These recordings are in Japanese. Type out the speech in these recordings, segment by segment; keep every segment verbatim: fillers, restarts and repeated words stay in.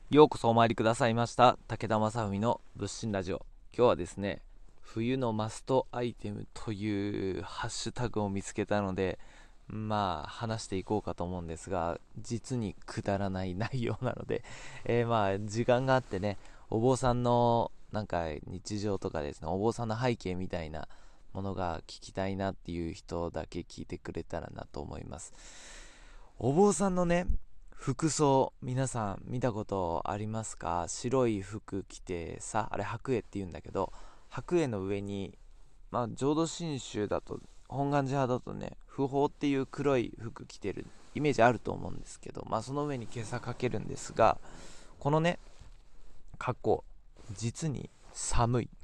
ようこそお参りくださいました武田正文の仏心ラジオ。今日はですね、冬のマストアイテムというハッシュタグを見つけたので、まあ話していこうかと思うんですが、実にくだらない内容なので、えーまあ時間があってね、お坊さんのなんか日常とかですね、お坊さんの背景みたいなものが聞きたいなっていう人だけ聞いてくれたらなと思います。お坊さんのね、服装、皆さん見たことありますか？白い服着てさ、あれ白衣って言うんだけど、白衣の上に、まあ浄土真宗だと、本願寺派だとね、不法っていう黒い服着てるイメージあると思うんですけど、まあその上に袈裟かけるんですが、このね、格好、実に寒い。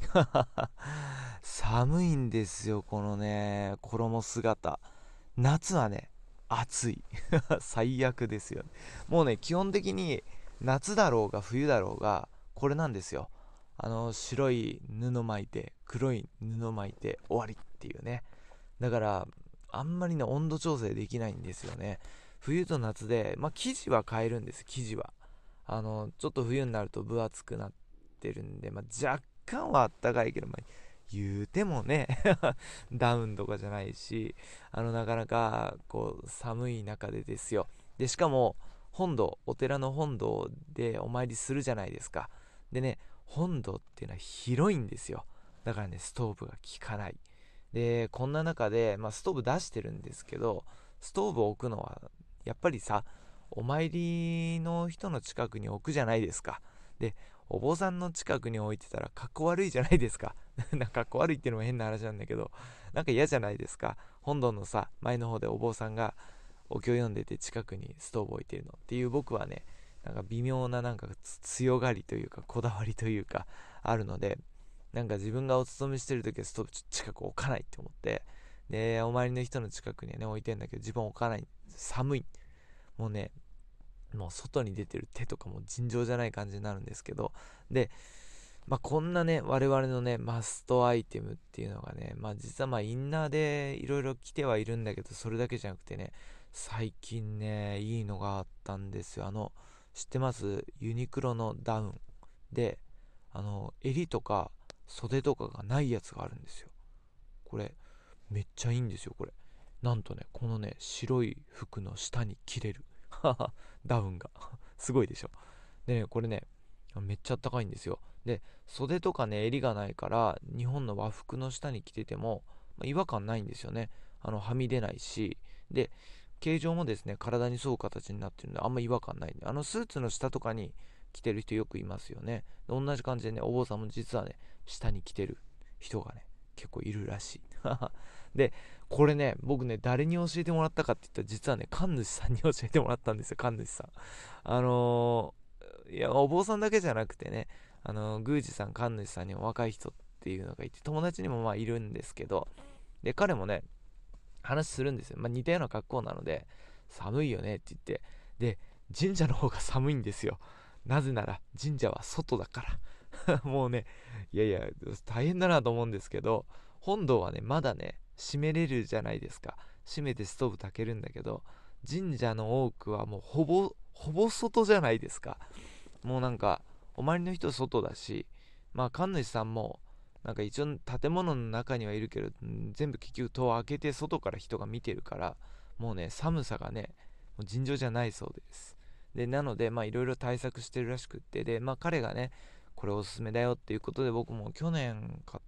寒いんですよ、このね、衣姿。夏はね、暑い。最悪ですよね。もうね、基本的に夏だろうが冬だろうが、これなんですよ。あの、白い布巻いて、黒い布巻いて終わりっていうね。だから、あんまりね、温度調整できないんですよね。冬と夏で、まあ、生地は変えるんです、生地は。あの、ちょっと冬になると分厚くなってるんで、まあ、若干はあったかいけど、まあ、言うてもねダウンとかじゃないし、あのなかなかこう寒い中でですよ。でしかも本堂、お寺の本堂でお参りするじゃないですか。でね、本堂っていうのは広いんですよ。だからね、ストーブが効かない。でこんな中で、まあ、ストーブ出してるんですけど、ストーブを置くのはやっぱりさ、お参りの人の近くに置くじゃないですか。でお坊さんの近くに置いてたらかっこ悪いじゃないですか。なんかかっこ悪いっていうのも変な話なんだけど、なんか嫌じゃないですか。本堂のさ、前の方でお坊さんがお経読んでて近くにストーブ置いてるのっていう、僕はね、なんか微妙ななんか強がりというかこだわりというかあるので、なんか自分がお勤めしてる時はストーブ近く置かないって思って、でお周りの人の近くにはね置いてんだけど、自分置かない。寒い。もうね、もう外に出てる手とかも尋常じゃない感じになるんですけど、でまあ、こんなね、我々のね、マストアイテムっていうのがね、まあ、実はまあ、インナーでいろいろ着てはいるんだけど、それだけじゃなくてね、最近ね、いいのがあったんですよ。あの、知ってます？ユニクロのダウンで、あの、襟とか袖とかがないやつがあるんですよ。これ、めっちゃいいんですよ、これ。なんとね、このね、白い服の下に着れる。ダウンが。すごいでしょ。でね、これね、めっちゃあったかいんですよ。で袖とかね、襟がないから日本の和服の下に着てても、まあ、違和感ないんですよね。あのはみ出ないし、で形状もですね、体に沿う形になってるんであんま違和感ないんで、あのスーツの下とかに着てる人よくいますよね。で同じ感じでね、お坊さんも実はね、下に着てる人がね、結構いるらしい。でこれね、僕ね、誰に教えてもらったかって言ったら、実はね、神主さんに教えてもらったんですよ。神主さん、あのー、いやお坊さんだけじゃなくてね、あのー、宮司さん、神主さんにも若い人っていうのがいて、友達にもまあいるんですけど、で彼もね、話するんですよ。まあ、似たような格好なので、寒いよねって言って、で神社の方が寒いんですよ。なぜなら神社は外だからもうね、いやいや大変だなと思うんですけど、本堂はね、まだね閉めれるじゃないですか。閉めてストーブ炊けるんだけど、神社の多くはもうほぼほぼ外じゃないですか。もうなんかお周りの人は外だし、まあ神主さんもなんか一応建物の中にはいるけど、全部結局戸を開けて外から人が見てるから、もうね、寒さがね、もう尋常じゃないそうです。でなのでまあいろいろ対策してるらしくって、でまあ彼がね、これおすすめだよっていうことで、僕も去年買って、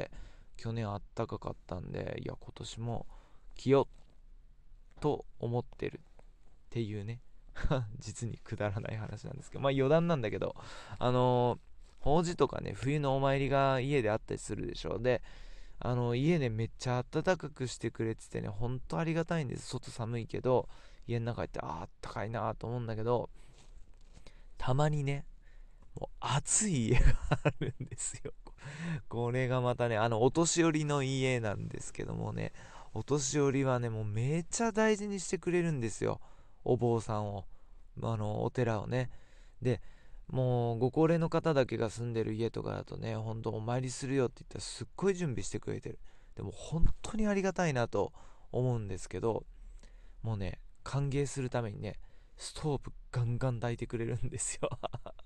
去年あったかかったんで、いや今年も着ようと思ってるっていうね、実にくだらない話なんですけど、まあ余談なんだけど、あのー法事とかね、冬のお参りが家であったりするでしょ。であの家でめっちゃ暖かくしてくれててね、ほんとありがたいんです。外寒いけど家の中行って、ああったかいなと思うんだけど、たまにね、もう暑い家があるんですよ。これがまたね、あのお年寄りの家なんですけどもね、お年寄りはね、もうめっちゃ大事にしてくれるんですよ、お坊さんを、あのお寺をね。でもうご高齢の方だけが住んでる家とかだとね、ほんとお参りするよって言ったらすっごい準備してくれてる。でも本当にありがたいなと思うんですけど、もうね、歓迎するためにね、ストーブガンガン焚いてくれるんですよ。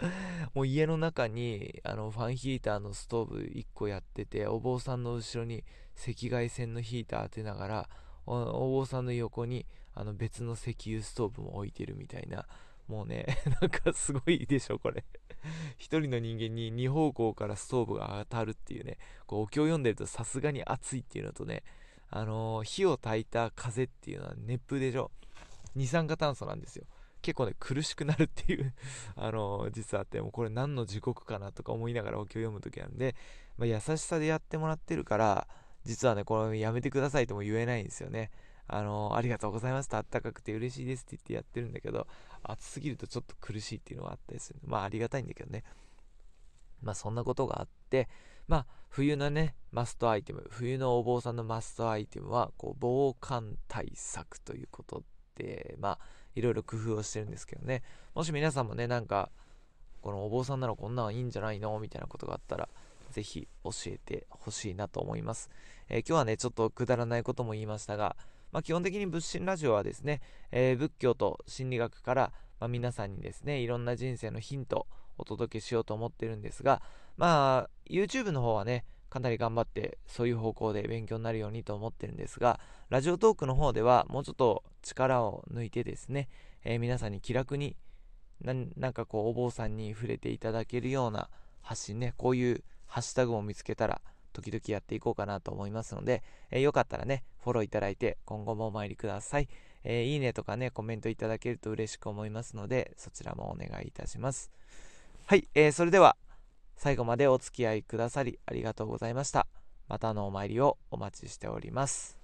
もう家の中にあのファンヒーターのストーブいっこやってて、お坊さんの後ろに赤外線のヒーター当てながら、お、お坊さんの横にあの別の石油ストーブも置いてるみたいな。もうね、なんかすごいでしょこれ。一人の人間にに方向からストーブが当たるっていうね。こうお経を読んでるとさすがに暑いっていうのとね、あのー火を焚いた風っていうのは熱風でしょ。二酸化炭素なんですよ。結構ね苦しくなるっていうあのー実はあって、もうこれ何の地獄かなとか思いながらお経を読む時なんで、まあ、優しさでやってもらってるから、実はねこれやめてくださいとも言えないんですよね。あのーありがとうございました、あったかくて嬉しいですって言ってやってるんだけど、暑すぎるとちょっと苦しいっていうのがあったりする。まあありがたいんだけどね。まあそんなことがあって、まあ冬のねマストアイテム、冬のお坊さんのマストアイテムはこう防寒対策ということで、まあいろいろ工夫をしてるんですけどね。もし皆さんもねなんかこのお坊さんならこんなんいいんじゃないのみたいなことがあったら、ぜひ教えてほしいなと思います。えー今日はねちょっとくだらないことも言いましたが、まあ、基本的に仏心ラジオはですね、えー仏教と心理学から、まあ、皆さんにですねいろんな人生のヒントをお届けしようと思ってるんですが、まあ YouTube の方はねかなり頑張ってそういう方向で勉強になるようにと思ってるんですが、ラジオトークの方ではもうちょっと力を抜いてですね、えー皆さんに気楽にななんかこうお坊さんに触れていただけるような発信ね、こういうハッシュタグを見つけたら時々やっていこうかなと思いますので、えーよかったらねフォローいただいて今後もお参りください。えーいいねとかねコメントいただけると嬉しく思いますので、そちらもお願いいたします。はい、えーそれでは最後までお付き合いくださりありがとうございました。またのお参りをお待ちしております。